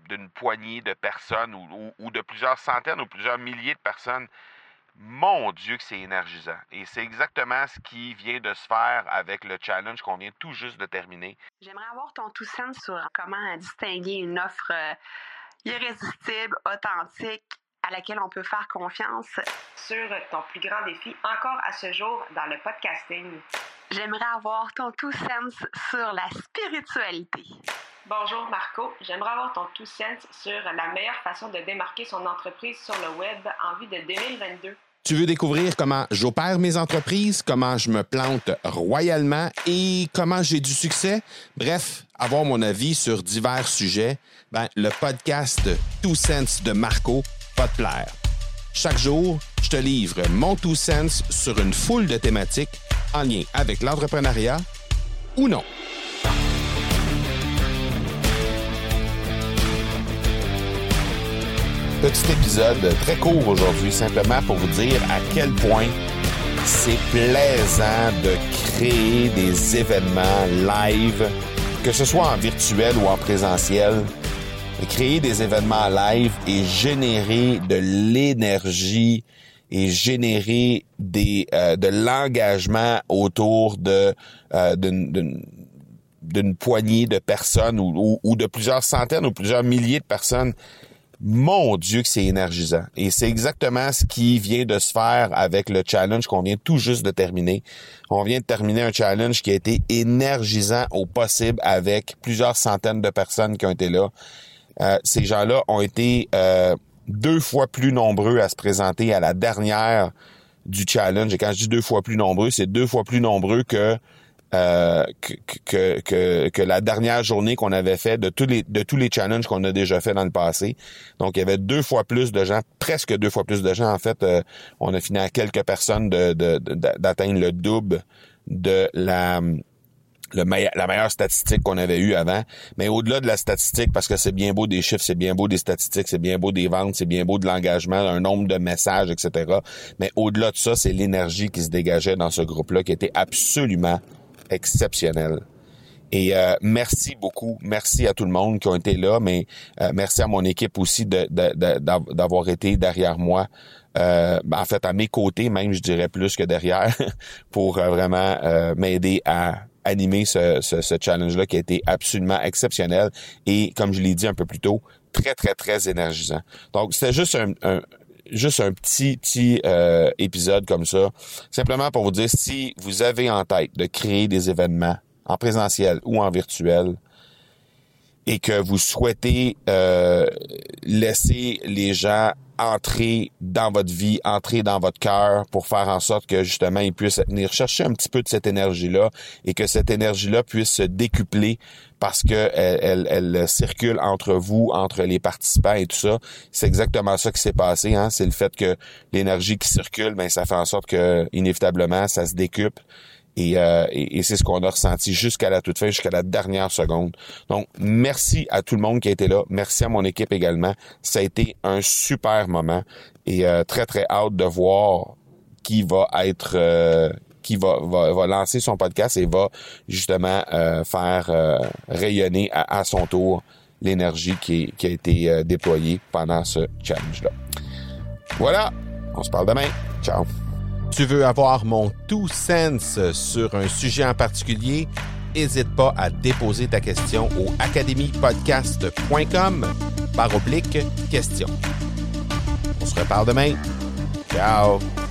d'une poignée de personnes ou de plusieurs centaines ou plusieurs milliers de personnes, mon Dieu que c'est énergisant. Et c'est exactement ce qui vient de se faire avec le challenge qu'on vient tout juste de terminer. J'aimerais avoir ton tout sens sur comment distinguer une offre irrésistible, authentique, à laquelle on peut faire confiance. Sur ton plus grand défi encore à ce jour dans le podcasting. J'aimerais avoir ton tout sens sur la spiritualité. Bonjour Marco, j'aimerais avoir ton tout sens sur la meilleure façon de démarquer son entreprise sur le web en vue de 2022. Tu veux découvrir comment j'opère mes entreprises, comment je me plante royalement et comment j'ai du succès? Bref, avoir mon avis sur divers sujets, le podcast Two Cents de Marco va te plaire. Chaque jour, je te livre mon Two Cents sur une foule de thématiques en lien avec l'entrepreneuriat ou non. Petit épisode très court aujourd'hui, simplement pour vous dire à quel point c'est plaisant de créer des événements live, que ce soit en virtuel ou en présentiel. Créer des événements live et générer de l'énergie et générer de l'engagement autour d'une poignée de personnes ou de plusieurs centaines ou plusieurs milliers de personnes. Mon Dieu que c'est énergisant. Et c'est exactement ce qui vient de se faire avec le challenge qu'on vient tout juste de terminer. On vient de terminer un challenge qui a été énergisant au possible avec plusieurs centaines de personnes qui ont été là. Ces gens-là ont été 2 fois plus nombreux à se présenter à la dernière du challenge. Et quand je dis 2 fois plus nombreux, c'est 2 fois plus nombreux que la dernière journée qu'on avait fait de tous les challenges qu'on a déjà fait dans le passé. Donc, il y avait 2 fois plus de gens, presque 2 fois plus de gens. En fait, on a fini à quelques personnes d'atteindre le double de la meilleure statistique qu'on avait eue avant. Mais au-delà de la statistique, parce que c'est bien beau des chiffres, c'est bien beau des statistiques, c'est bien beau des ventes, c'est bien beau de l'engagement, un nombre de messages, etc. Mais au-delà de ça, c'est l'énergie qui se dégageait dans ce groupe-là qui était absolument exceptionnel. Et merci beaucoup, merci à tout le monde qui ont été là, mais merci à mon équipe aussi d'avoir été derrière moi, en fait à mes côtés même, je dirais plus que derrière, pour vraiment m'aider à animer ce challenge-là qui a été absolument exceptionnel et, comme je l'ai dit un peu plus tôt, très, très, très énergisant. Donc, c'était juste un petit épisode comme ça, simplement pour vous dire, si vous avez en tête de créer des événements en présentiel ou en virtuel et que vous souhaitez laisser les gens entrer dans votre vie, entrer dans votre cœur pour faire en sorte que justement ils puissent venir chercher un petit peu de cette énergie-là et que cette énergie-là puisse se décupler parce que elle circule entre vous, entre les participants et tout ça. C'est exactement ça qui s'est passé, hein. C'est le fait que l'énergie qui circule, ça fait en sorte que inévitablement ça se décuple. Et c'est ce qu'on a ressenti jusqu'à la toute fin, jusqu'à la dernière seconde. Donc, merci à tout le monde qui a été là. Merci à mon équipe également. Ça a été un super moment et très, très hâte de voir qui va lancer son podcast et va justement faire rayonner à son tour l'énergie qui a été déployée pendant ce challenge-là. Voilà, on se parle demain. Ciao! Tu veux avoir mon tout sens sur un sujet en particulier? N'hésite pas à déposer ta question au academypodcast.com/question. On se reparle demain. Ciao!